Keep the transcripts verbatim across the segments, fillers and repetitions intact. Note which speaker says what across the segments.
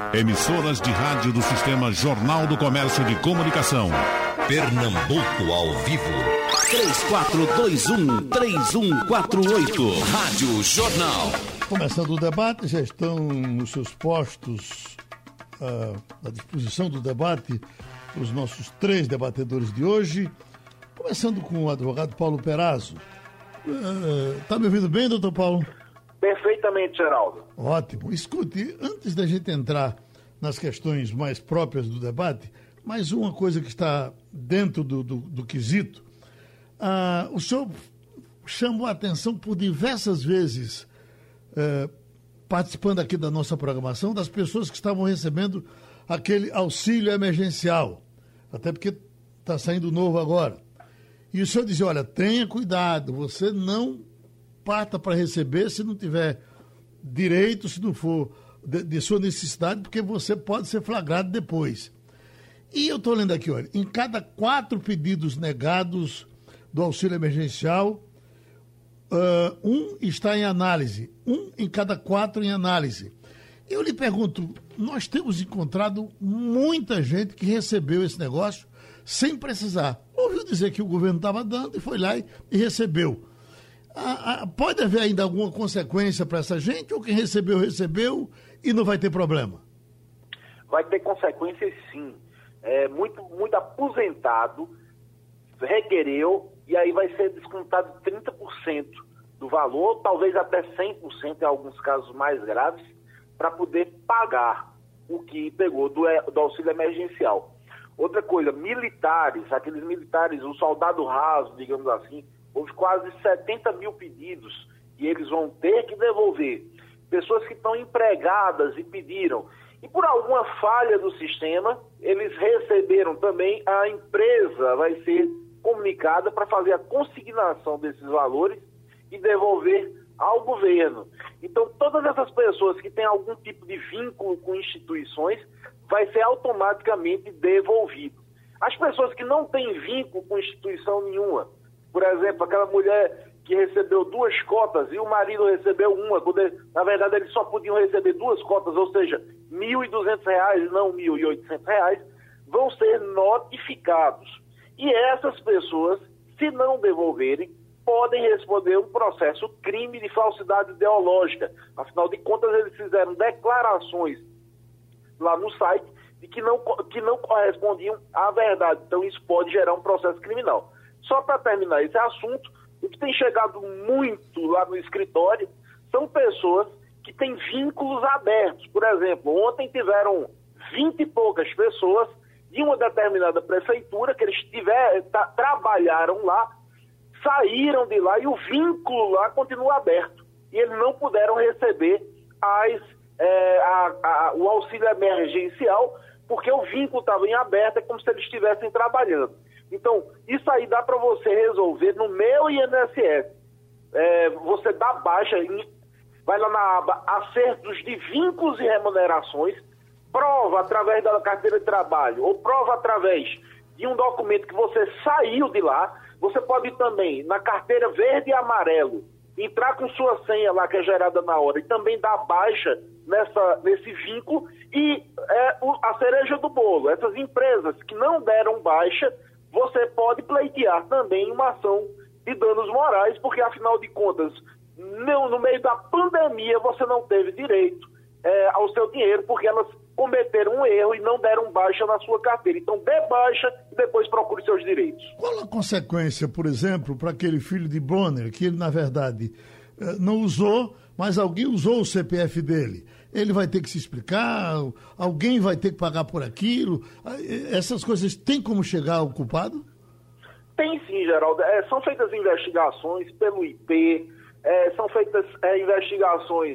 Speaker 1: Emissoras de rádio do Sistema Jornal do Comércio de Comunicação.
Speaker 2: Pernambuco ao vivo.
Speaker 3: três quatro dois um, três um quatro oito. Rádio Jornal.
Speaker 4: Começando o debate, já estão nos seus postos uh, à disposição do debate os nossos três debatedores de hoje. Começando com o advogado Paulo Perazzo. Está uh, me ouvindo bem, doutor Paulo?
Speaker 5: Perfeitamente, Geraldo.
Speaker 4: Ótimo. Escute, antes da gente entrar nas questões mais próprias do debate, mais uma coisa que está dentro do, do, do quesito. Uh, o senhor chamou a atenção por diversas vezes, uh, participando aqui da nossa programação, das pessoas que estavam recebendo aquele auxílio emergencial, até porque está saindo novo agora. E o senhor dizia, olha, tenha cuidado, você não parta para receber se não tiver direito, se não for de, de sua necessidade, porque você pode ser flagrado depois. E eu estou lendo aqui, olha, em cada quatro pedidos negados do auxílio emergencial, uh, um está em análise, um em cada quatro em análise. Eu lhe pergunto, nós temos encontrado muita gente que recebeu esse negócio sem precisar. Ouviu dizer que o governo estava dando e foi lá e, e recebeu. Ah, ah, pode haver ainda alguma consequência para essa gente, ou quem recebeu, recebeu e não vai ter problema?
Speaker 5: Vai ter consequências, sim. É, muito, muito aposentado requereu e aí vai ser descontado trinta por cento do valor, talvez até cem por cento em alguns casos mais graves, para poder pagar o que pegou do, do auxílio emergencial. Outra coisa, militares, aqueles militares, o soldado raso, digamos assim, houve quase setenta mil pedidos e eles vão ter que devolver. Pessoas que estão empregadas e pediram. E por alguma falha do sistema, eles receberam também, a empresa vai ser comunicada para fazer a consignação desses valores e devolver ao governo. Então, todas essas pessoas que têm algum tipo de vínculo com instituições, vai ser automaticamente devolvido. As pessoas que não têm vínculo com instituição nenhuma, por exemplo, aquela mulher que recebeu duas cotas e o marido recebeu uma, quando ele, na verdade eles só podiam receber duas cotas, ou seja, mil e duzentos reais, não mil e oitocentos reais, vão ser notificados. E essas pessoas, se não devolverem, podem responder um processo crime de falsidade ideológica. Afinal de contas, eles fizeram declarações lá no site de que não, que não correspondiam à verdade. Então isso pode gerar um processo criminal. Só para terminar esse assunto, o que tem chegado muito lá no escritório são pessoas que têm vínculos abertos. Por exemplo, ontem tiveram vinte e poucas pessoas de uma determinada prefeitura que eles tiver, tá, trabalharam lá, saíram de lá e o vínculo lá continua aberto. E eles não puderam receber as, é, a, a, o auxílio emergencial porque o vínculo estava em aberto, é como se eles estivessem trabalhando. Então, isso aí dá para você resolver no meu I N S S. É, você dá baixa, em, vai lá na aba Acertos de Vínculos e Remunerações, prova através da carteira de trabalho ou prova através de um documento que você saiu de lá. Você pode ir também na carteira verde e amarelo, entrar com sua senha lá que é gerada na hora e também dar baixa nessa, nesse vínculo. E é, o, a cereja do bolo, essas empresas que não deram baixa, você pode pleitear também uma ação de danos morais, porque afinal de contas, no, no meio da pandemia, você não teve direito é, ao seu dinheiro, porque elas cometeram um erro e não deram baixa na sua carteira. Então, dê baixa e depois procure seus direitos.
Speaker 4: Qual a consequência, por exemplo, para aquele filho de Bonner, que ele, na verdade, não usou, mas alguém usou o C P F dele? Ele vai ter que se explicar, alguém vai ter que pagar por aquilo. Essas coisas têm como chegar ao culpado?
Speaker 5: Tem sim, Geraldo. É, são feitas investigações pelo I P, é, são feitas é, investigações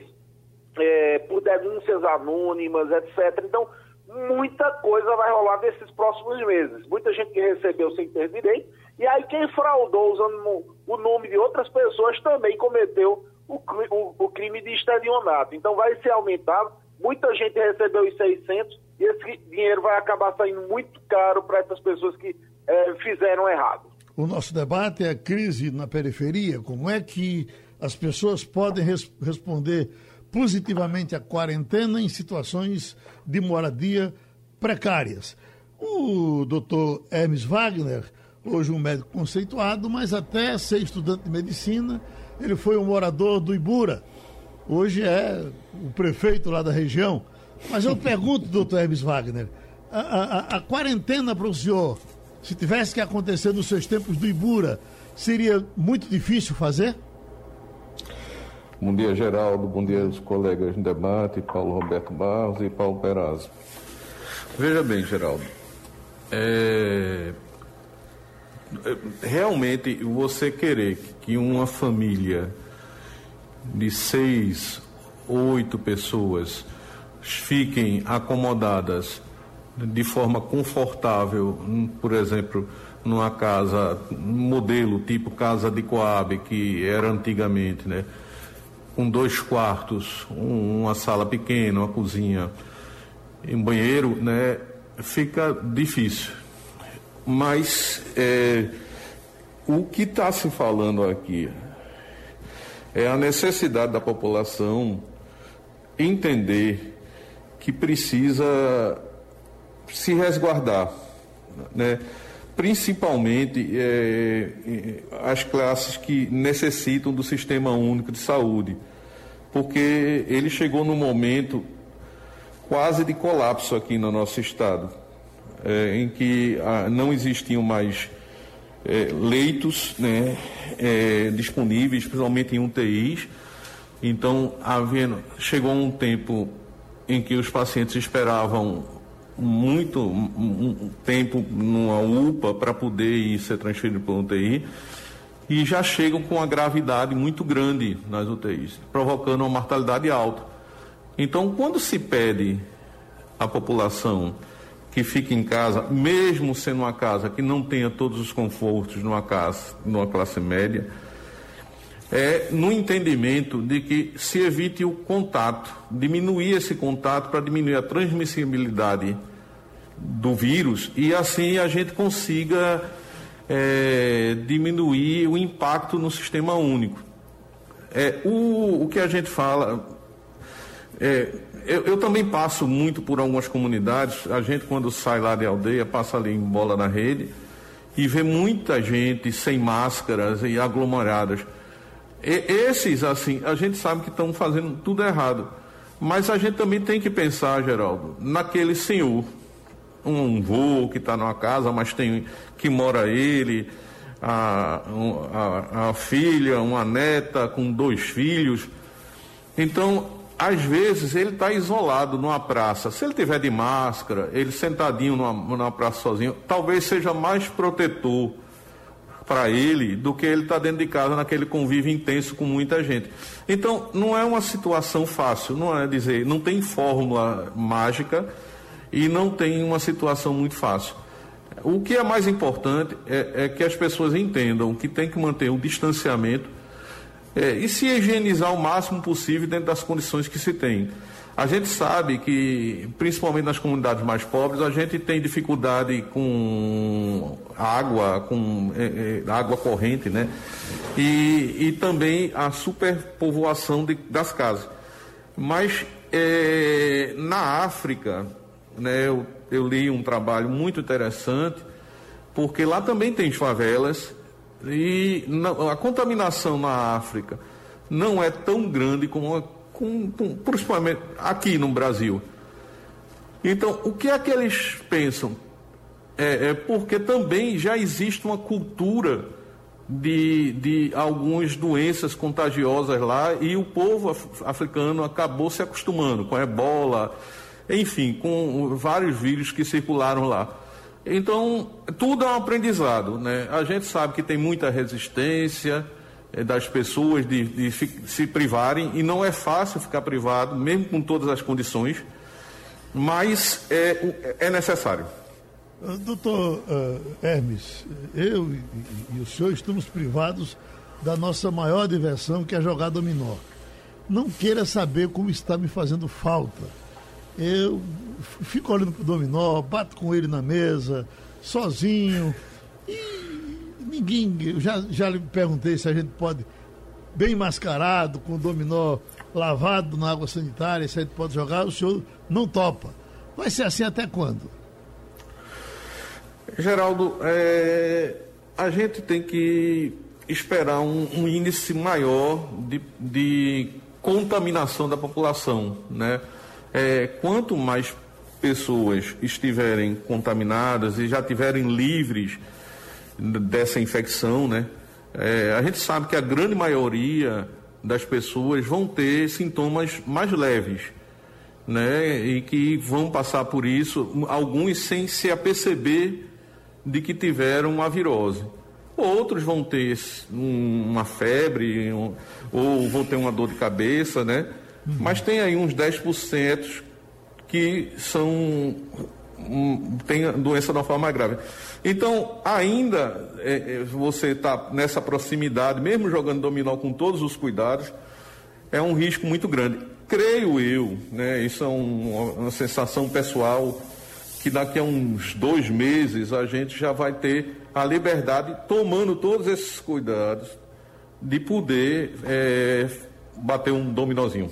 Speaker 5: é, por denúncias anônimas, etcétera. Então, muita coisa vai rolar nesses próximos meses. Muita gente que recebeu sem ter direito, e aí quem fraudou usando o nome de outras pessoas também cometeu O, o, o crime de estelionato. Então vai ser aumentado, muita gente recebeu os seiscentos e esse dinheiro vai acabar saindo muito caro para essas pessoas que é, fizeram errado.
Speaker 4: O nosso debate é a crise na periferia. Como é que as pessoas podem res- responder positivamente a quarentena em situações de moradia precárias. O doutor Hermes Wagner, hoje um médico conceituado, mas até ser estudante de medicina, ele foi um morador do Ibura. Hoje é o prefeito lá da região. Mas eu pergunto, doutor Hermes Wagner, a, a, a quarentena para o senhor, se tivesse que acontecer nos seus tempos do Ibura, seria muito difícil fazer?
Speaker 6: Bom dia, Geraldo. Bom dia aos colegas no debate, Paulo Roberto Barros e Paulo Perazzo. Veja bem, Geraldo, é... realmente você querer que uma família de seis, oito pessoas fiquem acomodadas de forma confortável, por exemplo, numa casa, modelo tipo casa de Coab, que era antigamente, né? Com dois quartos, um, uma sala pequena, uma cozinha, um banheiro, né? Fica difícil. Mas é, o que está se falando aqui é a necessidade da população entender que precisa se resguardar, né? Principalmente é, as classes que necessitam do Sistema Único de Saúde, porque ele chegou num momento quase de colapso aqui no nosso estado, é, em que ah, não existiam mais é, leitos, né, é, disponíveis, principalmente em U T Is. Então, havendo, chegou um tempo em que os pacientes esperavam muito um, um tempo numa U P A para poder ir ser transferido para o U T I, e já chegam com uma gravidade muito grande nas U T Is, provocando uma mortalidade alta. Então, quando se pede à população que fique em casa, mesmo sendo uma casa que não tenha todos os confortos numa casa, numa classe média, é no entendimento de que se evite o contato, diminuir esse contato para diminuir a transmissibilidade do vírus e assim a gente consiga é, diminuir o impacto no sistema único. É, o, o que a gente fala, é, eu, eu também passo muito por algumas comunidades, a gente quando sai lá de aldeia, passa ali em Bola na Rede e vê muita gente sem máscaras e aglomeradas. Esses, assim, a gente sabe que estão fazendo tudo errado. Mas a gente também tem que pensar, Geraldo, naquele senhor, um vô que está numa casa, mas tem que mora ele, a, a, a filha, uma neta com dois filhos. Então, às vezes, ele está isolado numa praça. Se ele tiver de máscara, ele sentadinho numa, numa praça sozinho, talvez seja mais protetor para ele do que ele está dentro de casa naquele convívio intenso com muita gente. Então, não é uma situação fácil, não é dizer, não tem fórmula mágica e não tem uma situação muito fácil. O que é mais importante é, é que as pessoas entendam que tem que manter o distanciamento é, e se higienizar o máximo possível dentro das condições que se tem. A gente sabe que, principalmente nas comunidades mais pobres, a gente tem dificuldade com água, com é, é, água corrente, né? E, e também a superpovoação de, das casas. Mas é, na África, né, eu, eu li um trabalho muito interessante, porque lá também tem favelas e não, a contaminação na África não é tão grande como a Com, com, principalmente aqui no Brasil. Então, o que é que eles pensam? É, é porque também já existe uma cultura de, de algumas doenças contagiosas lá e o povo af, africano acabou se acostumando com ebola, enfim, com vários vírus que circularam lá. Então, tudo é um aprendizado, né? A gente sabe que tem muita resistência das pessoas de, de se privarem, e não é fácil ficar privado, mesmo com todas as condições, mas é, é necessário.
Speaker 4: Doutor uh, Hermes, eu e, e o senhor estamos privados da nossa maior diversão, que é jogar dominó. Não queira saber como está me fazendo falta. Eu fico olhando para o dominó, bato com ele na mesa, sozinho, e ninguém, eu já, já lhe perguntei se a gente pode, bem mascarado, com o dominó lavado na água sanitária, isso aí pode jogar, o senhor não topa. Vai ser assim até quando?
Speaker 6: Geraldo, é, a gente tem que esperar um, um índice maior de, de contaminação da população, né? É, quanto mais pessoas estiverem contaminadas e já estiverem livres dessa infecção, né? É, a gente sabe que a grande maioria das pessoas vão ter sintomas mais leves, né? E que vão passar por isso, alguns sem se aperceber de que tiveram a virose. Outros vão ter um, uma febre, um, ou vão ter uma dor de cabeça, né? Uhum. Mas tem aí uns dez por cento que são um, tem doença de uma forma mais grave. Então, ainda é, você está nessa proximidade, mesmo jogando dominó com todos os cuidados, é um risco muito grande. Creio eu, né, isso é um, uma sensação pessoal, que daqui a uns dois meses a gente já vai ter a liberdade, tomando todos esses cuidados, de poder é, bater um dominózinho.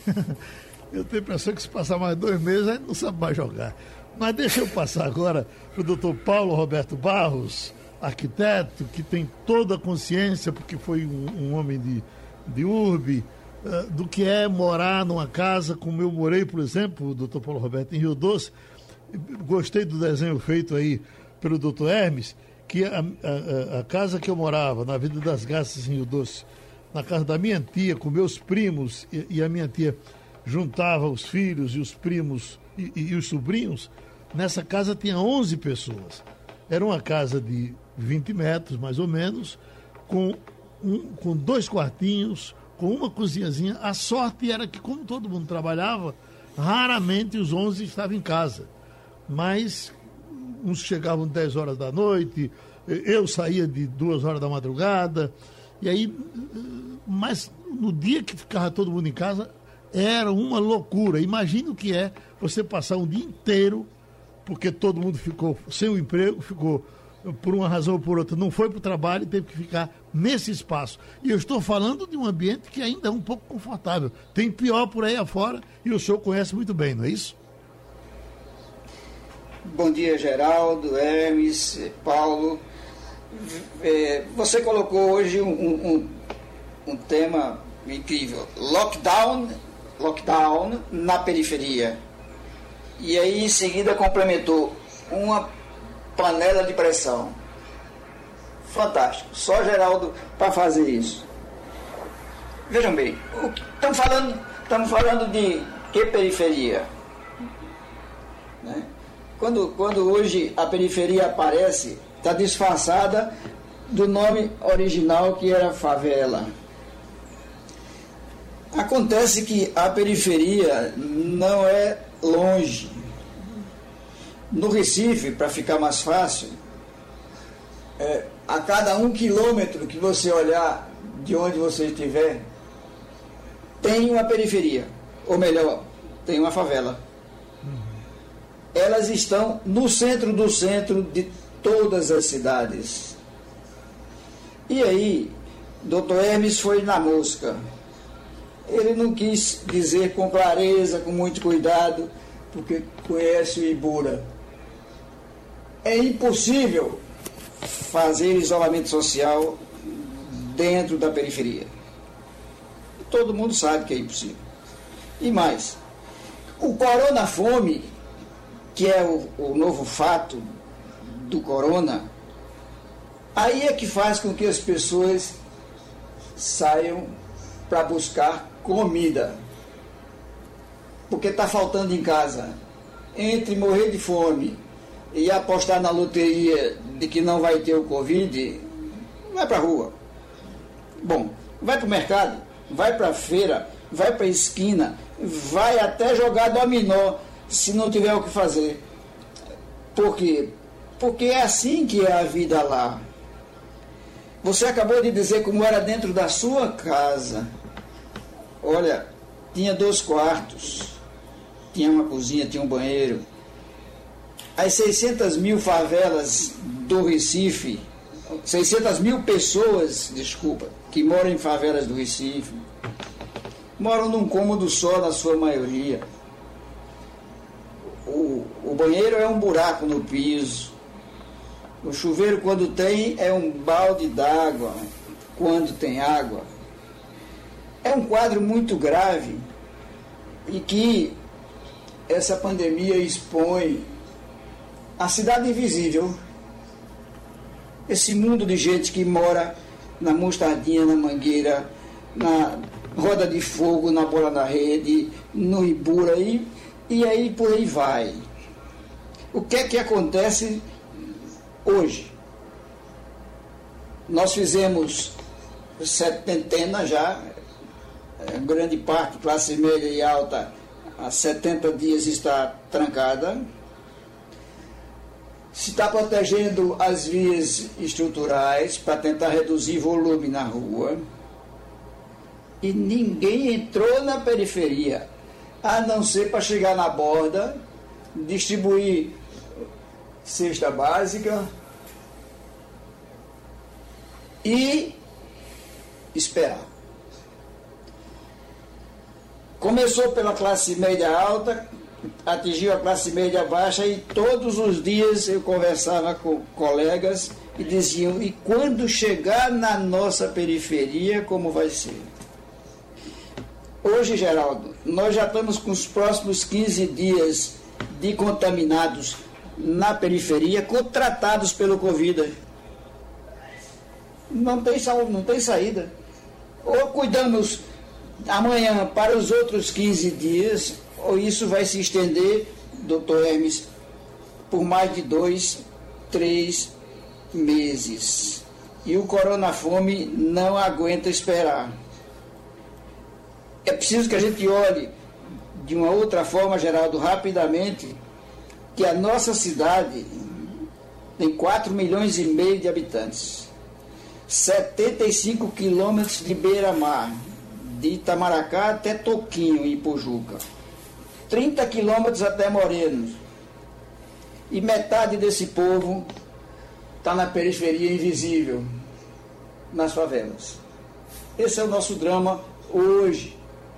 Speaker 4: Eu tenho a impressão que se passar mais dois meses a gente não sabe mais jogar. Mas deixa eu passar agora para o doutor Paulo Roberto Barros, arquiteto, que tem toda a consciência, porque foi um, um homem de, de urbe, uh, do que é morar numa casa como eu morei, por exemplo, doutor Paulo Roberto, em Rio Doce. Gostei do desenho feito aí pelo doutor Hermes, que a, a, a casa que eu morava, na Vida das Garças, em Rio Doce, na casa da minha tia, com meus primos, e, e a minha tia juntava os filhos e os primos e, e, e os sobrinhos, nessa casa tinha onze pessoas. Era uma casa de vinte metros, mais ou menos, com, um, com dois quartinhos, com uma cozinhazinha. A sorte era que, como todo mundo trabalhava, raramente os onze estavam em casa. Mas uns chegavam dez horas da noite, eu saía de duas horas da madrugada, e aí, mas no dia que ficava todo mundo em casa, era uma loucura. Imagina o que é você passar um dia inteiro, porque todo mundo ficou sem o emprego, ficou por uma razão ou por outra, não foi para o trabalho e teve que ficar nesse espaço. E eu estou falando de um ambiente que ainda é um pouco confortável. Tem pior por aí afora e o senhor conhece muito bem, não é isso?
Speaker 7: Bom dia, Geraldo, Hermes, Paulo. É, você colocou hoje um, um, um tema incrível. Lockdown, lockdown na periferia. E aí, em seguida, complementou uma panela de pressão. Fantástico. Só Geraldo para fazer isso. Vejam bem, estamos falando, estamos falando de que periferia? Né? Quando, quando hoje a periferia aparece, está disfarçada do nome original, que era favela. Acontece que a periferia não é longe. No Recife, para ficar mais fácil, é, a cada um quilômetro que você olhar de onde você estiver, tem uma periferia, ou melhor, tem uma favela. Elas estão no centro do centro de todas as cidades. E aí, doutor Hermes foi na mosca. Ele não quis dizer com clareza, com muito cuidado, porque conhece o Ibura. É impossível fazer isolamento social dentro da periferia. Todo mundo sabe que é impossível. E mais, o coronafome, que é o, o novo fato do corona, aí é que faz com que as pessoas saiam para buscar comida, porque está faltando em casa. Entre morrer de fome e apostar na loteria de que não vai ter o Covid, vai para a rua. Bom, vai para o mercado, vai para a feira, vai para a esquina, vai até jogar dominó, se não tiver o que fazer. Por quê? Porque é assim que é a vida lá. Você acabou de dizer como era dentro da sua casa. Olha, tinha dois quartos, tinha uma cozinha, tinha um banheiro. As seiscentas mil favelas do Recife, seiscentas mil pessoas, desculpa, que moram em favelas do Recife, moram num cômodo só, na sua maioria. O, o banheiro é um buraco no piso. O chuveiro, quando tem, é um balde d'água, quando tem água. É um quadro muito grave e que essa pandemia expõe a cidade invisível. Esse mundo de gente que mora na mostardinha, na mangueira, na roda de fogo, na bola da rede, no Ibura, e, e aí por aí vai. O que é que acontece hoje? Nós fizemos setentena já, grande parte, classe média e alta, há setenta dias está trancada. Se está protegendo as vias estruturais para tentar reduzir volume na rua. E ninguém entrou na periferia, a não ser para chegar na borda, distribuir cesta básica e esperar. Começou pela classe média alta, atingiu a classe média baixa e todos os dias eu conversava com colegas e diziam, e quando chegar na nossa periferia, como vai ser? Hoje, Geraldo, nós já estamos com os próximos quinze dias de contaminados na periferia, contratados pelo Covid. Não tem, não tem saída. Ou cuidamos amanhã para os outros quinze dias, ou isso vai se estender, doutor Hermes, por mais de dois, três meses. E o coronafome não aguenta esperar. É preciso que a gente olhe de uma outra forma, Geraldo, rapidamente, que a nossa cidade tem quatro milhões e meio de habitantes, setenta e cinco quilômetros de beira-mar, de Itamaracá até Toquinho, em Pojuca, trinta quilômetros até Moreno, e metade desse povo está na periferia invisível, nas favelas. Esse é o nosso drama hoje.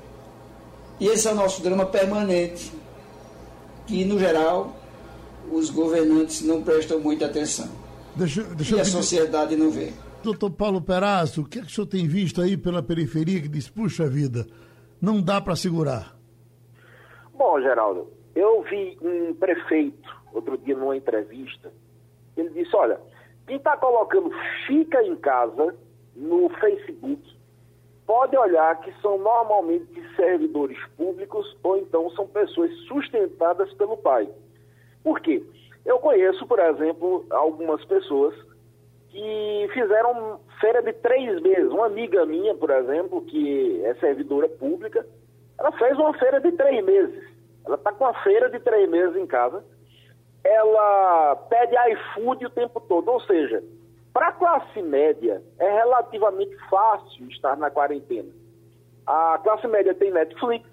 Speaker 7: E esse é o nosso drama permanente, que, no geral, os governantes não prestam muita atenção.
Speaker 4: Deixa, deixa
Speaker 7: e
Speaker 4: eu
Speaker 7: a
Speaker 4: pedir...
Speaker 7: sociedade não vê.
Speaker 4: Doutor Paulo Perazzo, o que é que o senhor tem visto aí pela periferia que diz, puxa vida, não dá para segurar?
Speaker 5: Bom, Geraldo, eu vi um prefeito, outro dia numa entrevista, ele disse, olha, quem está colocando fica em casa no Facebook, pode olhar que são normalmente servidores públicos ou então são pessoas sustentadas pelo pai. Por quê? Eu conheço, por exemplo, algumas pessoas que fizeram feira de três meses. Uma amiga minha, por exemplo, que é servidora pública, ela fez uma feira de três meses. Ela está com uma feira de três meses em casa. Ela pede iFood o tempo todo, ou seja, para a classe média, é relativamente fácil estar na quarentena. A classe média tem Netflix,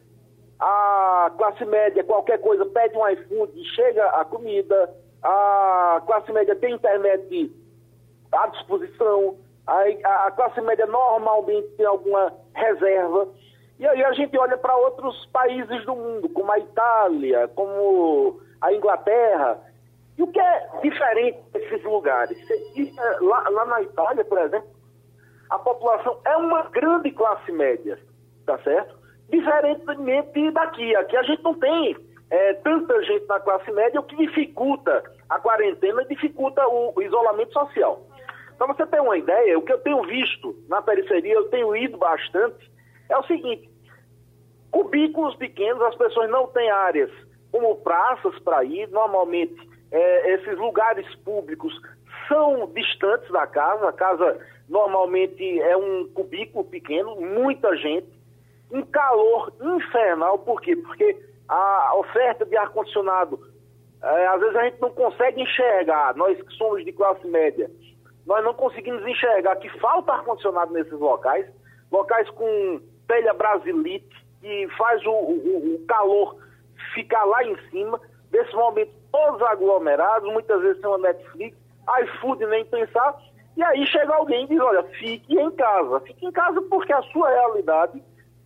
Speaker 5: a classe média, qualquer coisa, pede um iFood, chega a comida, a classe média tem internet à disposição, a, a classe média normalmente tem alguma reserva. E aí a gente olha para outros países do mundo, como a Itália, como a Inglaterra. E o que é diferente desses lugares? Lá, lá na Itália, por exemplo, a população é uma grande classe média, tá certo? Diferentemente daqui. Aqui a gente não tem é, tanta gente na classe média, o que dificulta a quarentena e dificulta o, o isolamento social. Para você ter uma ideia, o que eu tenho visto na periferia, eu tenho ido bastante, é o seguinte, cubículos pequenos, as pessoas não têm áreas como praças para ir, normalmente É, esses lugares públicos são distantes da casa, a casa normalmente é um cubículo pequeno, muita gente, um calor infernal, por quê? Porque a oferta de ar-condicionado, é, às vezes a gente não consegue enxergar, nós que somos de classe média, nós não conseguimos enxergar que falta ar-condicionado nesses locais, locais com telha brasilite, que faz o, o, o calor ficar lá em cima, nesse momento todos aglomerados, muitas vezes tem uma Netflix, iFood nem pensar, e aí chega alguém e diz, olha, fique em casa. Fique em casa porque a sua realidade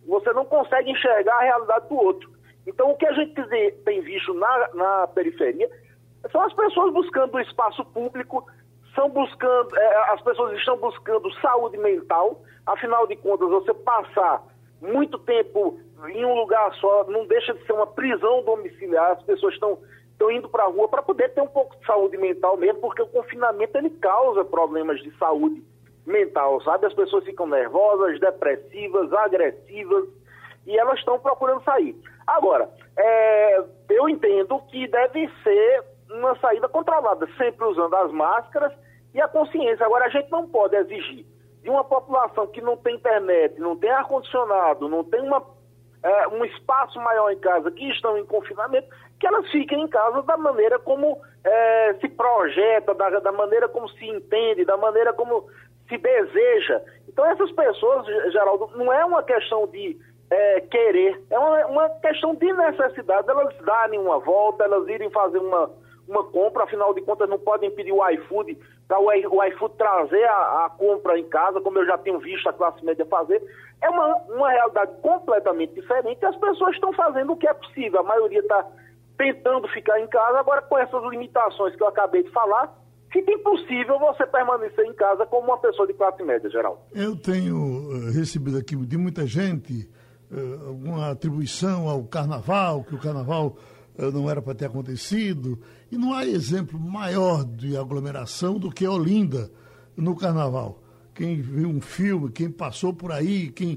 Speaker 5: você não consegue enxergar a realidade do outro. Então, o que a gente tem visto na, na periferia são as pessoas buscando o espaço público, são buscando, é, as pessoas estão buscando saúde mental. Afinal de contas, você passar muito tempo em um lugar só não deixa de ser uma prisão domiciliar. As pessoas estão, estão indo para a rua para poder ter um pouco de saúde mental mesmo, porque o confinamento ele causa problemas de saúde mental, sabe? As pessoas ficam nervosas, depressivas, agressivas, e elas estão procurando sair. Agora, é, eu entendo que deve ser uma saída controlada, sempre usando as máscaras e a consciência. Agora, a gente não pode exigir de uma população que não tem internet, não tem ar-condicionado, não tem uma, é, um espaço maior em casa, que estão em confinamento, que elas fiquem em casa da maneira como é, se projeta, da, da maneira como se entende, da maneira como se deseja. Então, essas pessoas, Geraldo, não é uma questão de é, querer, é uma, uma questão de necessidade, elas darem uma volta, elas irem fazer uma, uma compra, afinal de contas não podem pedir o iFood, para o, o iFood trazer a, a compra em casa, como eu já tenho visto a classe média fazer. É uma, uma realidade completamente diferente, e as pessoas estão fazendo o que é possível, a maioria está tentando ficar em casa. Agora, com essas limitações que eu acabei de falar, fica impossível você permanecer em casa como uma pessoa de classe média, Geraldo.
Speaker 4: Eu tenho uh, recebido aqui de muita gente uh, alguma atribuição ao carnaval, que o carnaval uh, não era para ter acontecido, e não há exemplo maior de aglomeração do que Olinda no carnaval. Quem viu um filme, quem passou por aí, quem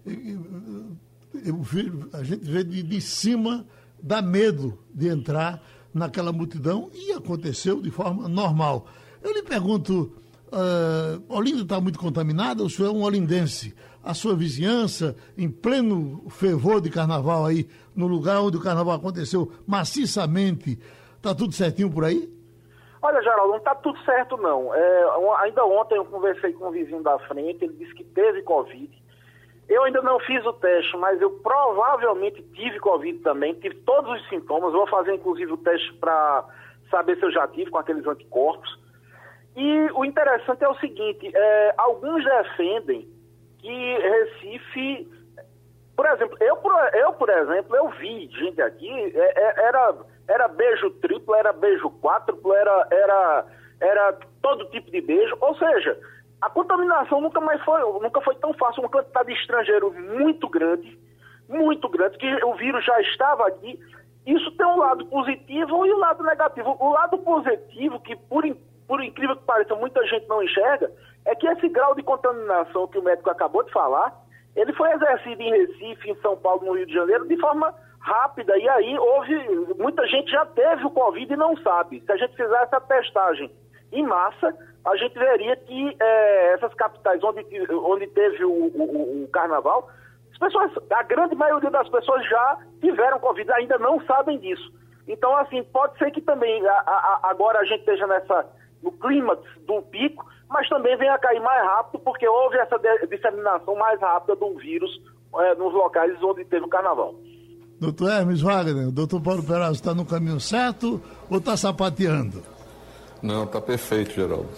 Speaker 4: eu vi, a gente vê de, de cima, dá medo de entrar naquela multidão, e aconteceu de forma normal. Eu lhe pergunto, uh, Olinda está muito contaminada? O senhor é um olindense. A sua vizinhança, em pleno fervor de carnaval aí, no lugar onde o carnaval aconteceu maciçamente, está tudo certinho por aí?
Speaker 5: Olha, Geraldo, não está tudo certo, não. É, ainda ontem eu conversei com um vizinho da frente, ele disse que teve Covid. Eu ainda não fiz o teste, mas eu provavelmente tive Covid também, tive todos os sintomas. Vou fazer, inclusive, o teste para saber se eu já tive com aqueles anticorpos. E o interessante é o seguinte, é, alguns defendem que Recife... Por exemplo, eu, eu, por exemplo, eu vi gente aqui, é, é, era, era beijo triplo, era beijo quádruplo, era, era, era todo tipo de beijo, ou seja... A contaminação nunca mais foi, nunca foi tão fácil, uma quantidade de estrangeiro muito grande, muito grande, que o vírus já estava aqui. Isso tem um lado positivo e um lado negativo. O lado positivo, que por, por incrível que pareça, muita gente não enxerga, é que esse grau de contaminação que o médico acabou de falar, ele foi exercido em Recife, em São Paulo, no Rio de Janeiro, de forma rápida. E aí houve, muita gente já teve o Covid e não sabe. Se a gente fizesse a testagem em massa, a gente veria que é, essas capitais onde, onde teve o, o, o carnaval, as pessoas, a grande maioria das pessoas já tiveram Covid, ainda não sabem disso. Então, assim, pode ser que também a, a, agora a gente esteja nessa, no clímax do pico, mas também venha a cair mais rápido, porque houve essa de, disseminação mais rápida do vírus é, nos locais onde teve o carnaval.
Speaker 4: Doutor Hermes Wagner, o doutor Paulo Perazzo está no caminho certo ou está sapateando?
Speaker 6: Não, está perfeito, Geraldo.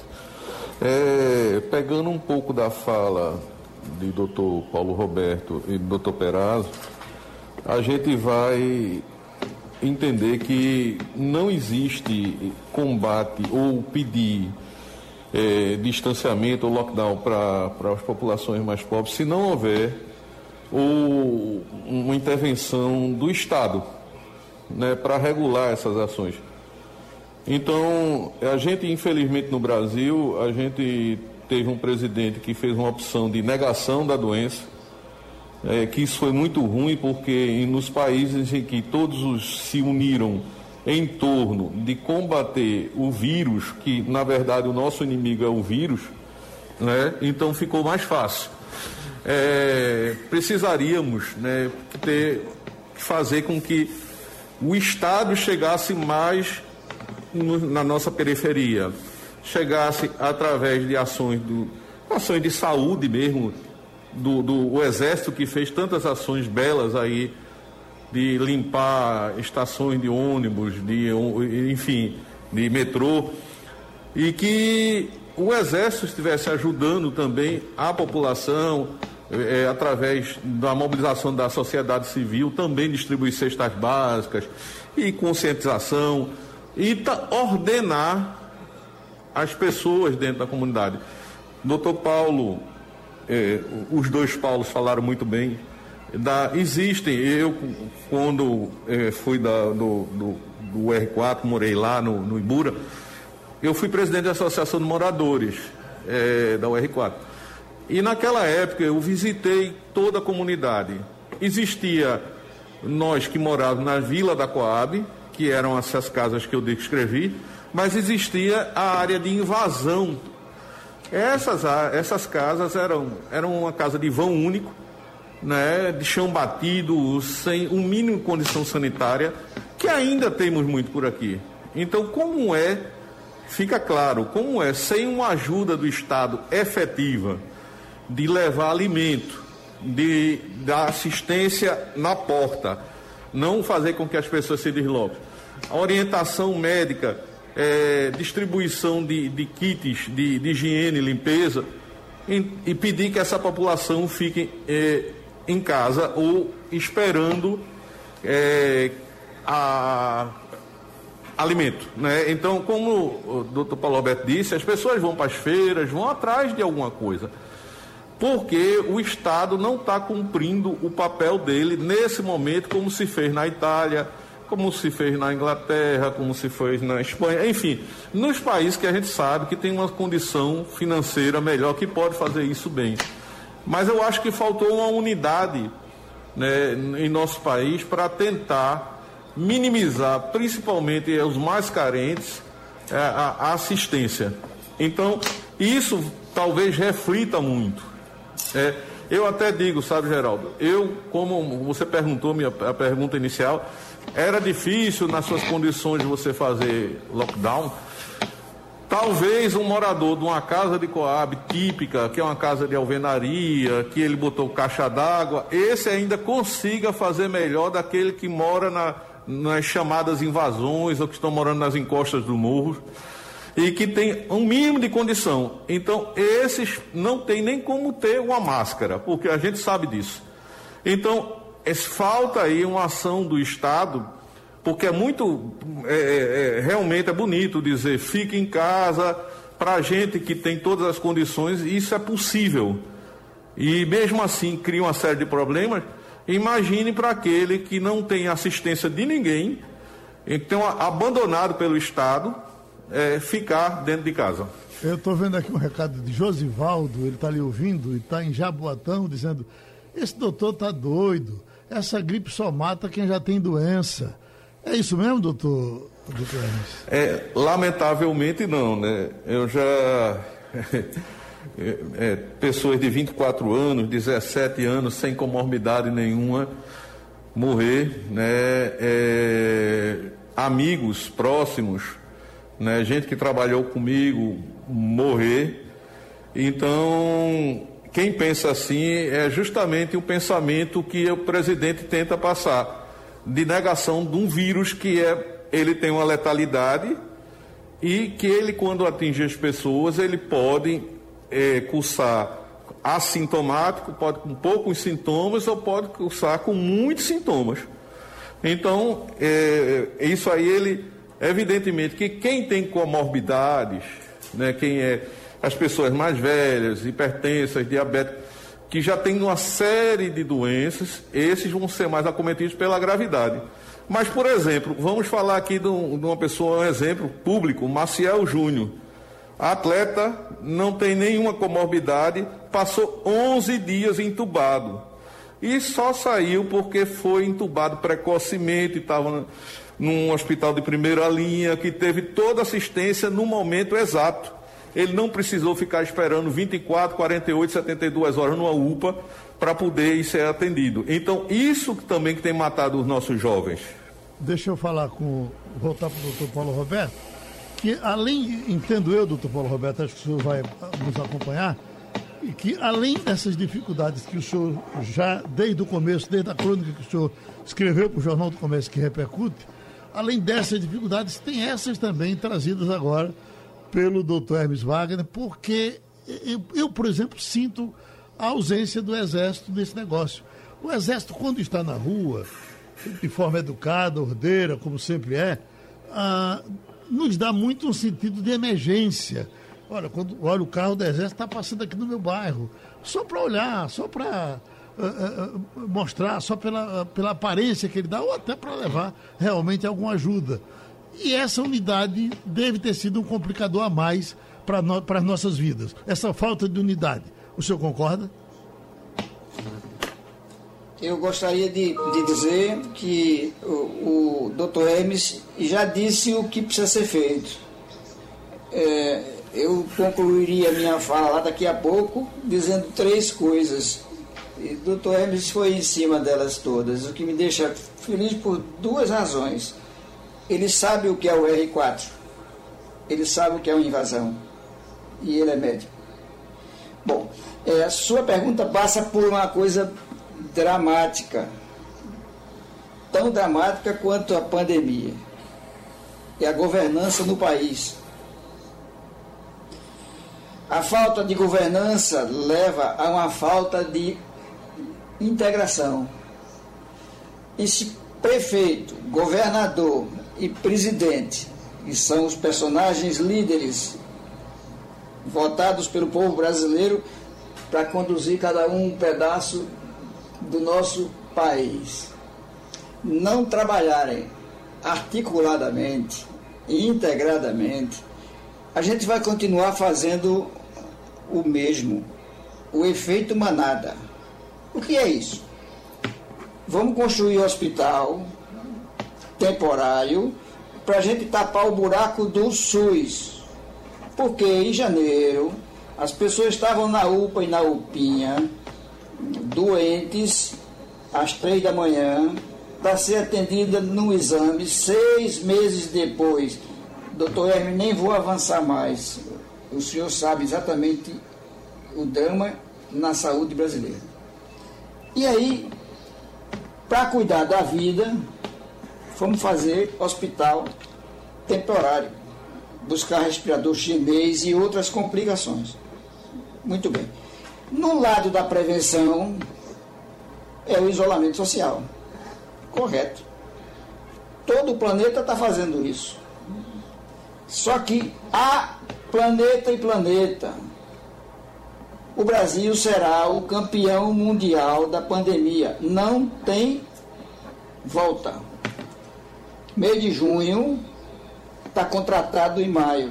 Speaker 6: É, pegando um pouco da fala de doutor Paulo Roberto e doutor Perazzo, a gente vai entender que não existe combate ou pedir é, distanciamento ou lockdown para as populações mais pobres se não houver ou uma intervenção do Estado, né, para regular essas ações. Então, a gente, infelizmente, no Brasil, a gente teve um presidente que fez uma opção de negação da doença, é, que isso foi muito ruim, porque nos países em que todos os se uniram em torno de combater o vírus, que, na verdade, o nosso inimigo é o vírus, né, então ficou mais fácil. É, precisaríamos, né, ter, fazer com que o Estado chegasse mais na nossa periferia, chegasse através de ações, do, ações de saúde mesmo, do, do o Exército, que fez tantas ações belas aí, de limpar estações de ônibus, de, enfim, de metrô, e que o Exército estivesse ajudando também a população é, através da mobilização da sociedade civil, também distribuir cestas básicas e conscientização e tá, ordenar as pessoas dentro da comunidade. Doutor Paulo, é, os dois Paulos falaram muito bem. Da, existem, eu quando é, fui da, do, do, do R quatro, morei lá no, no Ibura, eu fui presidente da Associação de Moradores é, da U R quatro. E naquela época eu visitei toda a comunidade. Existia nós que morávamos na Vila da Coab, que eram essas casas que eu descrevi, mas existia a área de invasão. Essas, essas casas eram, eram uma casa de vão único, né, de chão batido, sem o um mínimo de condição sanitária, que ainda temos muito por aqui. Então, como é, fica claro, como é, sem uma ajuda do Estado efetiva, de levar alimento, de dar assistência na porta, não fazer com que as pessoas se desloquem, a orientação médica, é, distribuição de, de kits de, de higiene e limpeza, e, e pedir que essa população fique é, em casa ou esperando é, a, alimento, né? Então, como o doutor Paulo Roberto disse, as pessoas vão para as feiras, vão atrás de alguma coisa, porque o Estado não está cumprindo o papel dele nesse momento, como se fez na Itália, como se fez na Inglaterra, como se fez na Espanha, enfim, nos países que a gente sabe que tem uma condição financeira melhor, que pode fazer isso bem. Mas eu acho que faltou uma unidade, né, em nosso país para tentar minimizar, principalmente os mais carentes, a, a assistência. Então, isso talvez reflita muito. É, eu até digo, sabe, Geraldo, eu, como você perguntou, minha, a pergunta inicial, era difícil nas suas condições de você fazer lockdown. Talvez um morador de uma casa de Coab típica, que é uma casa de alvenaria, que ele botou caixa d'água, esse ainda consiga fazer melhor daquele que mora na, nas chamadas invasões ou que estão morando nas encostas do morro e que tem um mínimo de condição. Então, esses não tem nem como ter uma máscara, porque a gente sabe disso. Então, falta aí uma ação do Estado, porque é muito, é, é, realmente é bonito dizer, fique em casa, para a gente que tem todas as condições, isso é possível. E mesmo assim cria uma série de problemas. Imagine para aquele que não tem assistência de ninguém, então abandonado pelo Estado, é, ficar dentro de casa.
Speaker 4: Eu estou vendo aqui um recado de Josivaldo, ele está ali ouvindo, e está em Jaboatão, dizendo, esse doutor está doido, essa gripe só mata quem já tem doença. É isso mesmo, doutor, doutor Hermes?
Speaker 6: É, lamentavelmente não, né? Eu já... é, é, pessoas de vinte e quatro anos, dezessete anos, sem comorbidade nenhuma, morrer, né? É, amigos próximos, né? Gente que trabalhou comigo, morrer. Então, quem pensa assim é justamente o pensamento que o presidente tenta passar, de negação de um vírus que é, ele tem uma letalidade e que ele, quando atinge as pessoas, ele pode é, cursar assintomático, pode com poucos sintomas ou pode cursar com muitos sintomas. Então, é, isso aí, ele, evidentemente, que quem tem comorbidades, né, quem é as pessoas mais velhas, hipertensas, diabéticas, que já tem uma série de doenças, esses vão ser mais acometidos pela gravidade. Mas, por exemplo, vamos falar aqui de, um, de uma pessoa, um exemplo público, Maciel Júnior. Atleta, não tem nenhuma comorbidade, passou onze dias entubado. E só saiu porque foi entubado precocemente, estava num hospital de primeira linha, que teve toda assistência no momento exato. Ele não precisou ficar esperando vinte e quatro, quarenta e oito, setenta e duas horas numa U P A para poder ser atendido. Então, isso também que tem matado os nossos jovens.
Speaker 4: Deixa eu falar com, voltar para o doutor Paulo Roberto, que além, entendo eu, doutor Paulo Roberto, acho que o senhor vai nos acompanhar, e que além dessas dificuldades que o senhor já, desde o começo, desde a crônica que o senhor escreveu para o Jornal do Comércio que repercute, além dessas dificuldades, tem essas também trazidas agora pelo doutor Hermes Wagner, porque eu, eu, por exemplo, sinto a ausência do Exército nesse negócio. O Exército, quando está na rua, de forma educada, ordeira, como sempre é, ah, nos dá muito um sentido de emergência. Olha, quando olha o carro do Exército está passando aqui no meu bairro, só para olhar, só para uh, uh, mostrar, só pela, uh, pela aparência que ele dá, ou até para levar realmente alguma ajuda. E essa unidade deve ter sido um complicador a mais para no, as nossas vidas. Essa falta de unidade. O senhor concorda?
Speaker 7: Eu gostaria de, de dizer que o, o doutor Hermes já disse o que precisa ser feito. É, eu concluiria minha fala lá daqui a pouco dizendo três coisas. E o doutor Hermes foi em cima delas todas, o que me deixa feliz por duas razões. Ele sabe o que é o R quatro, ele sabe o que é uma invasão, e ele é médico. Bom, é, a sua pergunta passa por uma coisa dramática, tão dramática quanto a pandemia, é a governança no país. A falta de governança leva a uma falta de integração. Esse prefeito, governador e presidente, que são os personagens líderes votados pelo povo brasileiro para conduzir cada um um pedaço do nosso país, não trabalharem articuladamente e integradamente, a gente vai continuar fazendo o mesmo, o efeito manada. O que é isso? Vamos construir um hospital temporário para a gente tapar o buraco do SUS, porque em janeiro as pessoas estavam na U P A e na UPinha, doentes, às três da manhã, para ser atendida num exame, seis meses depois. Doutor Hermes, nem vou avançar mais. O senhor sabe exatamente o drama na saúde brasileira. E aí, para cuidar da vida, fomos fazer hospital temporário, buscar respirador chinês e outras complicações. Muito bem. No lado da prevenção, é o isolamento social. Correto. Todo o planeta está fazendo isso. Só que há planeta e planeta. O Brasil será o campeão mundial da pandemia. Não tem volta. Mês de junho está contratado em maio.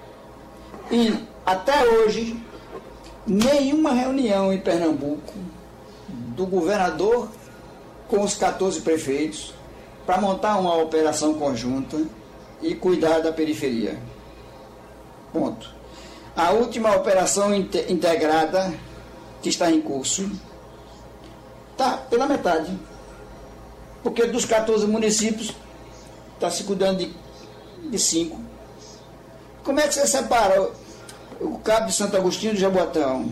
Speaker 7: E até hoje, nenhuma reunião em Pernambuco do governador com os catorze prefeitos para montar uma operação conjunta e cuidar da periferia. Ponto. A última operação integrada que está em curso está pela metade. Porque dos catorze municípios está se cuidando de, de cinco. Como é que você separa o, o Cabo de Santo Agostinho de Jaboatão?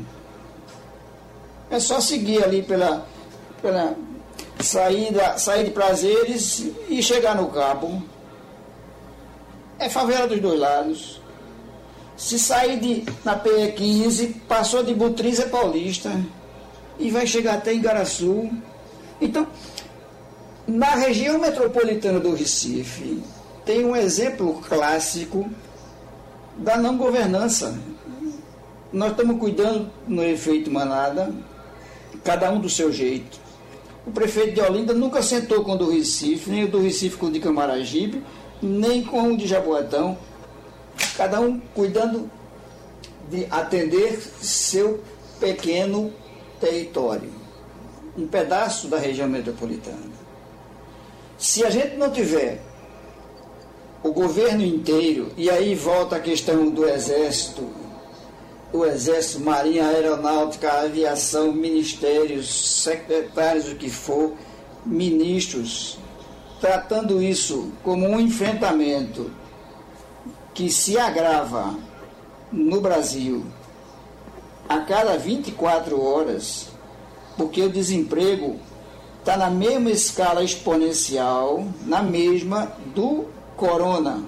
Speaker 7: É só seguir ali pela, pela saída, sair de Prazeres e chegar no Cabo. É favela dos dois lados. Se sair de, na P E quinze, passou de Butrins é Paulista e vai chegar até Igaraçu. Então, na região metropolitana do Recife, tem um exemplo clássico da não governança. Nós estamos cuidando no efeito manada, cada um do seu jeito. O prefeito de Olinda nunca sentou com o do Recife, nem o do Recife com o de Camaragibe, nem com o de Jaboatão. Cada um cuidando de atender seu pequeno território, um pedaço da região metropolitana. Se a gente não tiver o governo inteiro, e aí volta a questão do Exército, o Exército, Marinha, Aeronáutica, Aviação, Ministérios, secretários, o que for, ministros, tratando isso como um enfrentamento que se agrava no Brasil a cada vinte e quatro horas, porque o desemprego está na mesma escala exponencial, na mesma do corona.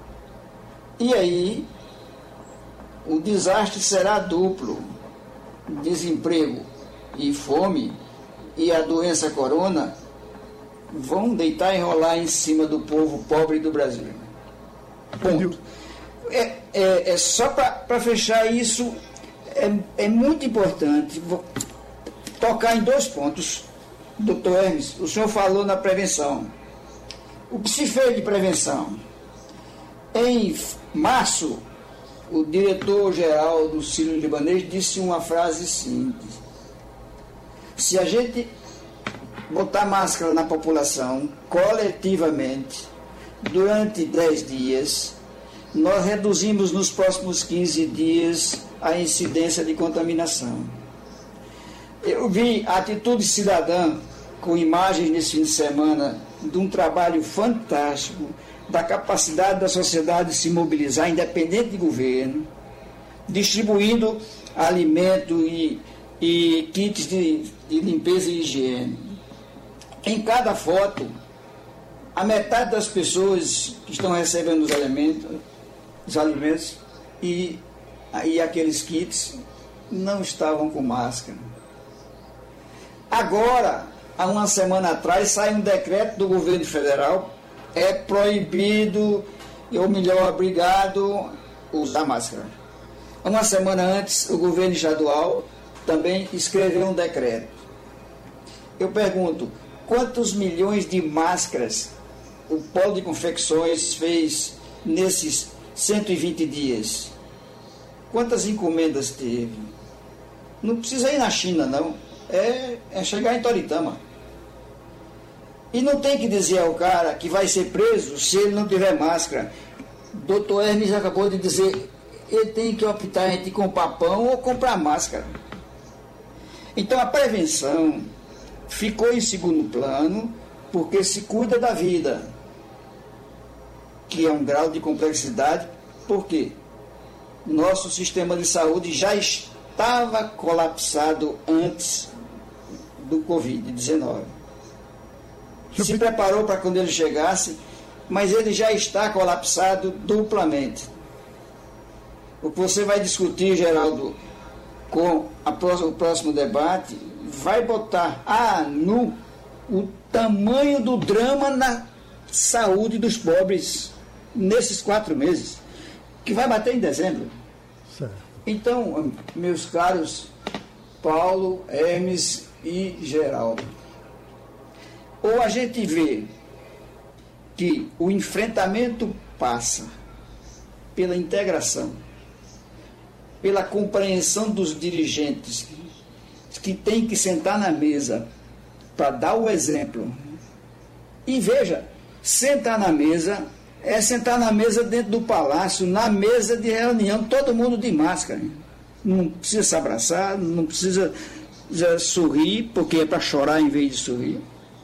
Speaker 7: E aí, o desastre será duplo. desemprego e fome e a doença corona vão deitar e rolar em cima do povo pobre do Brasil. Ponto. É, é, é só para fechar isso, é, é muito importante vou tocar em dois pontos. Doutor Hermes, o senhor falou na prevenção. O que se fez de prevenção? Em março, o diretor-geral do Sírio-Libanês disse uma frase simples: se a gente botar máscara na população coletivamente durante dez dias, nós reduzimos nos próximos quinze dias a incidência de contaminação. Eu vi a Atitude Cidadã com imagens nesse fim de semana de um trabalho fantástico da capacidade da sociedade de se mobilizar, independente de governo, distribuindo alimento e, e kits de, de limpeza e higiene. Em cada foto, a metade das pessoas que estão recebendo os alimentos, os alimentos e, e aqueles kits não estavam com máscara. Agora, há uma semana atrás, sai um decreto do governo federal, é proibido, ou melhor, obrigado, usar máscara. Uma semana antes, o governo estadual também escreveu um decreto. Eu pergunto, quantos milhões de máscaras o Polo de Confecções fez nesses cento e vinte dias? Quantas encomendas teve? Não precisa ir na China, não. É, é chegar em Toritama. E não tem que dizer ao cara que vai ser preso se ele não tiver máscara. Doutor Hermes acabou de dizer, ele tem que optar entre comprar pão ou comprar máscara. Então a prevenção ficou em segundo plano porque se cuida da vida, que é um grau de complexidade. Por quê? Nosso sistema de saúde já estava colapsado antes do covid dezenove. Se preparou para quando ele chegasse, mas ele já está colapsado duplamente. O que você vai discutir, Geraldo, com a próxima, o próximo debate, vai botar a nu o tamanho do drama na saúde dos pobres nesses quatro meses, que vai bater em dezembro. Certo. Então, meus caros Paulo, Hermes e Geraldo, ou a gente vê que o enfrentamento passa pela integração, pela compreensão dos dirigentes que tem que sentar na mesa para dar o exemplo. E veja, sentar na mesa é sentar na mesa dentro do palácio, na mesa de reunião, todo mundo de máscara. Não precisa se abraçar, não precisa sorrir, porque é para chorar em vez de sorrir.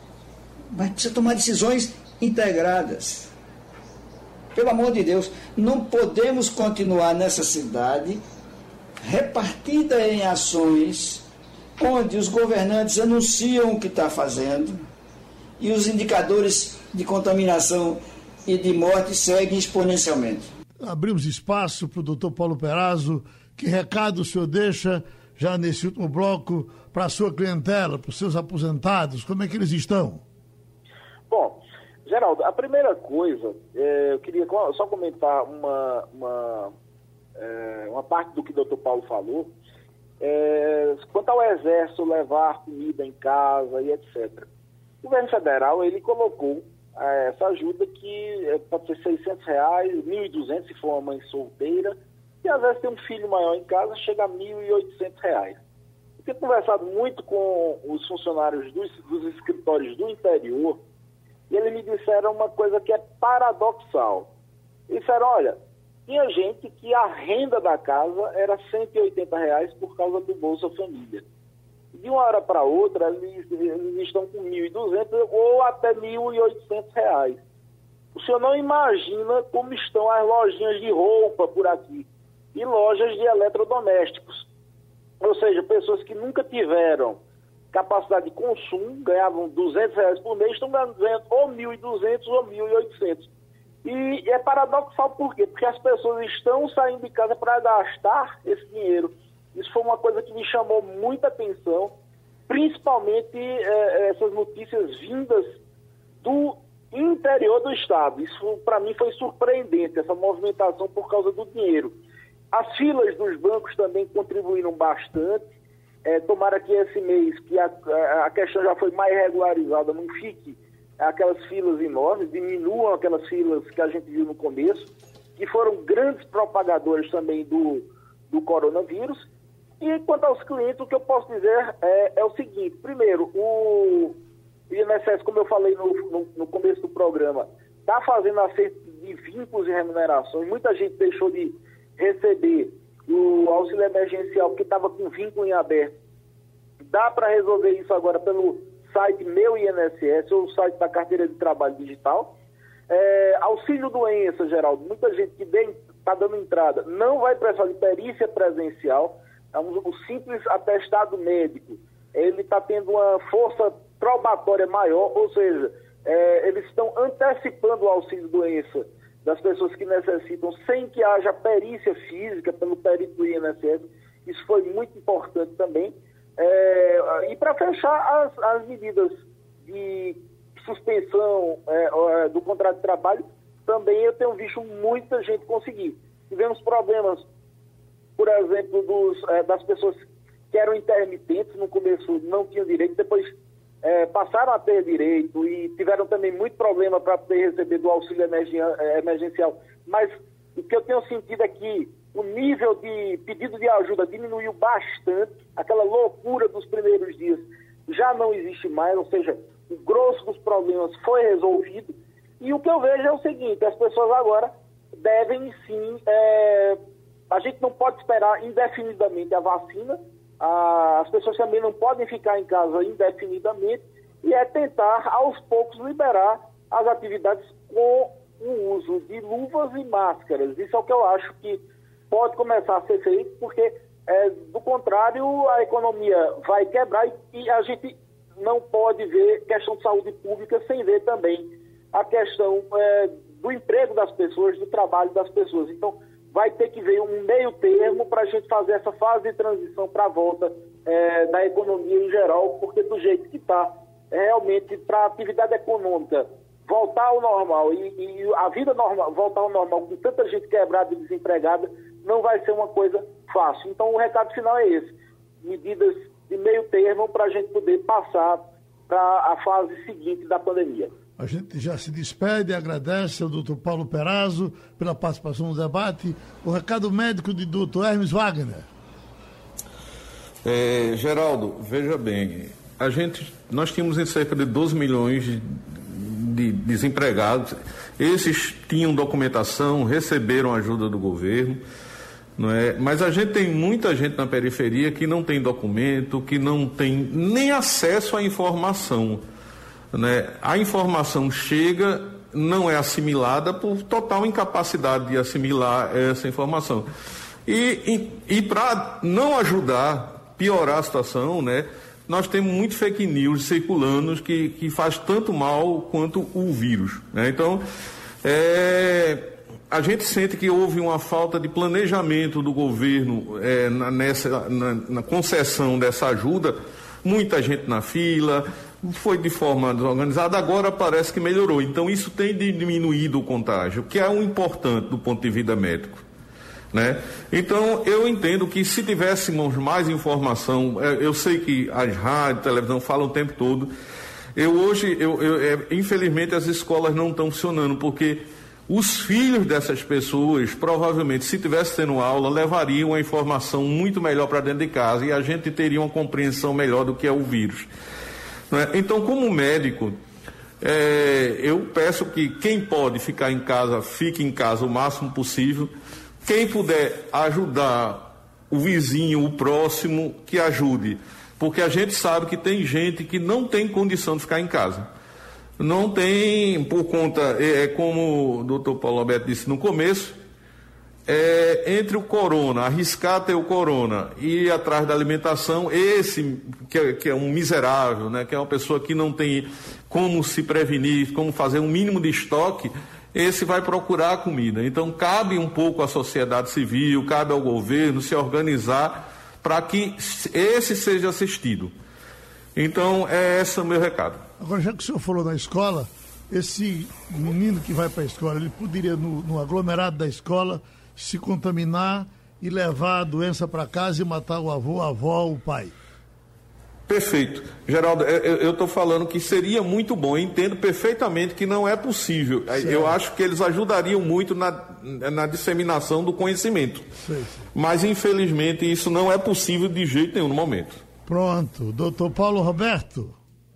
Speaker 7: Mas precisa tomar decisões integradas. Pelo amor de Deus, não podemos continuar nessa cidade repartida em ações onde os governantes anunciam o que está fazendo e os indicadores de contaminação e de morte seguem exponencialmente.
Speaker 4: Abrimos espaço para o doutor Paulo Perazzo. Que recado o senhor deixa já nesse último bloco para a sua clientela, para os seus aposentados? Como é que eles estão?
Speaker 5: Bom, Geraldo, a primeira coisa, é, eu queria só comentar uma, uma, é, uma parte do que o doutor Paulo falou, é, quanto ao Exército levar comida em casa e etcétera. O governo federal, ele colocou é, essa ajuda que é, pode ser seiscentos reais, mil e duzentos se for uma mãe solteira, e às vezes tem um filho maior em casa, chega a mil e oitocentos reais. Eu tenho conversado muito com os funcionários dos, dos escritórios do interior, e eles me disseram uma coisa que é paradoxal. Eles disseram, olha, tinha gente que a renda da casa era cento e oitenta reais por causa do Bolsa Família. De uma hora para outra, eles, eles estão com mil e duzentos ou até mil e oitocentos reais. O senhor não imagina como estão as lojinhas de roupa por aqui e lojas de eletrodomésticos. Ou seja, pessoas que nunca tiveram capacidade de consumo, ganhavam duzentos reais por mês, estão ganhando ou mil e duzentos ou mil e oitocentos. E é paradoxal por quê? Porque as pessoas estão saindo de casa para gastar esse dinheiro Isso foi uma coisa que me chamou muita atenção, principalmente é, essas notícias vindas do interior do estado. Isso para mim foi surpreendente, essa movimentação por causa do dinheiro. As filas dos bancos também contribuíram bastante. É, tomara que esse mês, que a, a questão já foi mais regularizada, não fique aquelas filas enormes, diminuam aquelas filas que a gente viu no começo, que foram grandes propagadores também do, do coronavírus. E quanto aos clientes, o que eu posso dizer é, é o seguinte: primeiro, o I N S S, como eu falei no, no, no começo do programa, está fazendo acerto de vínculos e remunerações. Muita gente deixou de receber o auxílio emergencial porque estava com vínculo em aberto. Dá para resolver isso agora pelo site Meu I N S S ou o site da Carteira de Trabalho Digital. É, auxílio doença, Geraldo, muita gente que está dando entrada não vai precisar de perícia presencial. É um, o simples atestado médico, ele está tendo uma força probatória maior, ou seja, é, eles estão antecipando o auxílio doença das pessoas que necessitam, sem que haja perícia física pelo perito do I N S S. Isso foi muito importante também. É, e para fechar as, as medidas de suspensão é, do contrato de trabalho, também eu tenho visto muita gente conseguir. Tivemos problemas, por exemplo, dos, é, das pessoas que eram intermitentes, no começo não tinham direito, depois é, passaram a ter direito e tiveram também muito problema para poder receber do auxílio emergencial. Mas o que eu tenho sentido é que o nível de pedido de ajuda diminuiu bastante, aquela loucura dos primeiros dias já não existe mais, ou seja, o grosso dos problemas foi resolvido. E o que eu vejo é o seguinte: as pessoas agora devem sim, é, a gente não pode esperar indefinidamente a vacina, a, as pessoas também não podem ficar em casa indefinidamente, e é tentar aos poucos liberar as atividades com o uso de luvas e máscaras. Isso é o que eu acho que pode começar a ser feito, porque é, do contrário a economia vai quebrar e, e a gente não pode ver questão de saúde pública sem ver também a questão é, do emprego das pessoas, do trabalho das pessoas. Então vai ter que ver um meio termo para a gente fazer essa fase de transição para a volta é, da economia em geral, porque do jeito que está, realmente para a atividade econômica voltar ao normal e, e a vida normal, voltar ao normal com tanta gente quebrada e desempregada, não vai ser uma coisa fácil. Então o recado final é esse: medidas de meio termo para a gente poder passar para a fase seguinte da pandemia.
Speaker 4: A gente já se despede, agradece ao doutor Paulo Perazzo pela participação no debate. O recado médico de doutor Hermes Wagner.
Speaker 6: É, Geraldo, veja bem, a gente, nós tínhamos em cerca de doze milhões de, de desempregados. Esses tinham documentação, receberam ajuda do governo, não é? Mas a gente tem muita gente na periferia que não tem documento, que não tem nem acesso à informação, né? A informação chega, não é assimilada por total incapacidade de assimilar essa informação. E, e, e para não ajudar, piorar a situação, né, nós temos muito fake news circulando que, que faz tanto mal quanto o vírus, né? Então, é... a gente sente que houve uma falta de planejamento do governo é, na, nessa, na, na concessão dessa ajuda. Muita gente na fila, foi de forma desorganizada, agora parece que melhorou. Então isso tem diminuído o contágio, que é um importante do ponto de vista médico, né? Então eu entendo que se tivéssemos mais informação, eu sei que as rádios, televisão falam o tempo todo. Eu hoje, eu, eu, é, infelizmente as escolas não estão funcionando, porque os filhos dessas pessoas, provavelmente, se tivesse tendo aula, levariam a informação muito melhor para dentro de casa e a gente teria uma compreensão melhor do que é o vírus, não é? Então, como médico, é, eu peço que quem pode ficar em casa, fique em casa o máximo possível. Quem puder ajudar o vizinho, o próximo, que ajude, porque a gente sabe que tem gente que não tem condição de ficar em casa. Não tem, por conta, é, é como o doutor Paulo Alberto disse no começo, é, entre o corona, arriscar ter o corona e ir atrás da alimentação, esse que é, que é um miserável, né, que é uma pessoa que não tem como se prevenir, como fazer um mínimo de estoque, esse vai procurar a comida. Então cabe um pouco à sociedade civil, cabe ao governo se organizar para que esse seja assistido. Então, é esse o meu recado.
Speaker 4: Agora, já que o senhor falou na escola, esse menino que vai para a escola, ele poderia, no, no aglomerado da escola, se contaminar e levar a doença para casa e matar o avô, a avó, o pai.
Speaker 6: Perfeito. Geraldo, eu estou falando que seria muito bom, eu entendo perfeitamente que não é possível. Certo. Eu acho que eles ajudariam muito na, na disseminação do conhecimento. Certo. Mas, infelizmente, isso não é possível de jeito nenhum no momento.
Speaker 4: Pronto. Doutor Paulo Roberto.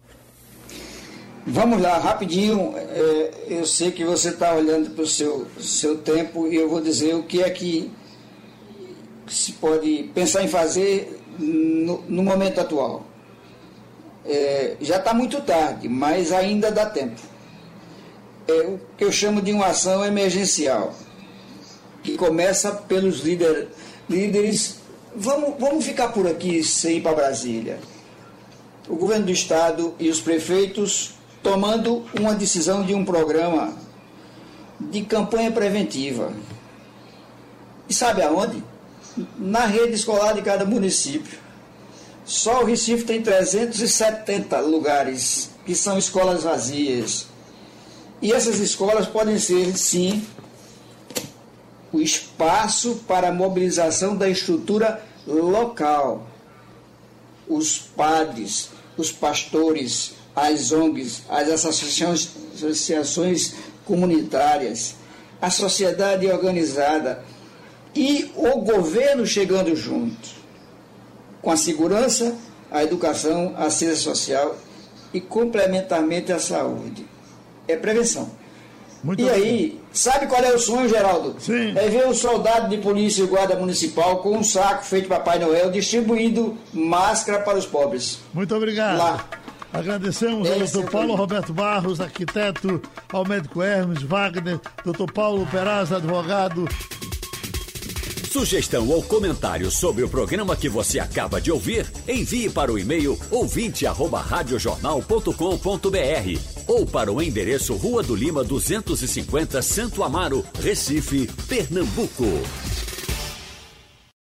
Speaker 7: Vamos lá, rapidinho. É, eu sei que você está olhando para o seu, seu tempo e eu vou dizer o que é que se pode pensar em fazer no, no momento atual. É, já está muito tarde, mas ainda dá tempo. É o que eu chamo de uma ação emergencial, que começa pelos líder, líderes. Vamos, vamos ficar por aqui sem ir para Brasília. O governo do estado e os prefeitos tomando uma decisão de um programa de campanha preventiva. E sabe aonde? Na rede escolar de cada município. Só o Recife tem trezentos e setenta lugares que são escolas vazias. E essas escolas podem ser, sim, o espaço para a mobilização da estrutura local. Os padres, os pastores, as O N Gs, as associações, associações comunitárias, a sociedade organizada e o governo chegando junto, com a segurança, a educação, a assistência social e complementarmente a saúde. É prevenção. Muito e bem. Aí, sabe qual é o sonho, Geraldo?
Speaker 4: Sim.
Speaker 7: É ver um soldado de polícia e guarda municipal com um saco feito Papai Noel distribuindo máscara para os pobres.
Speaker 4: Muito obrigado.
Speaker 7: Lá.
Speaker 4: Agradecemos ao doutor Paulo Roberto Barros, arquiteto, ao médico Hermes Wagner, doutor Paulo Peraz, advogado.
Speaker 3: Sugestão ou comentário sobre o programa que você acaba de ouvir, envie para o e-mail ouvinte arroba radiojornal ponto com ponto br ou para o endereço Rua do Lima duzentos e cinquenta, Santo Amaro, Recife, Pernambuco.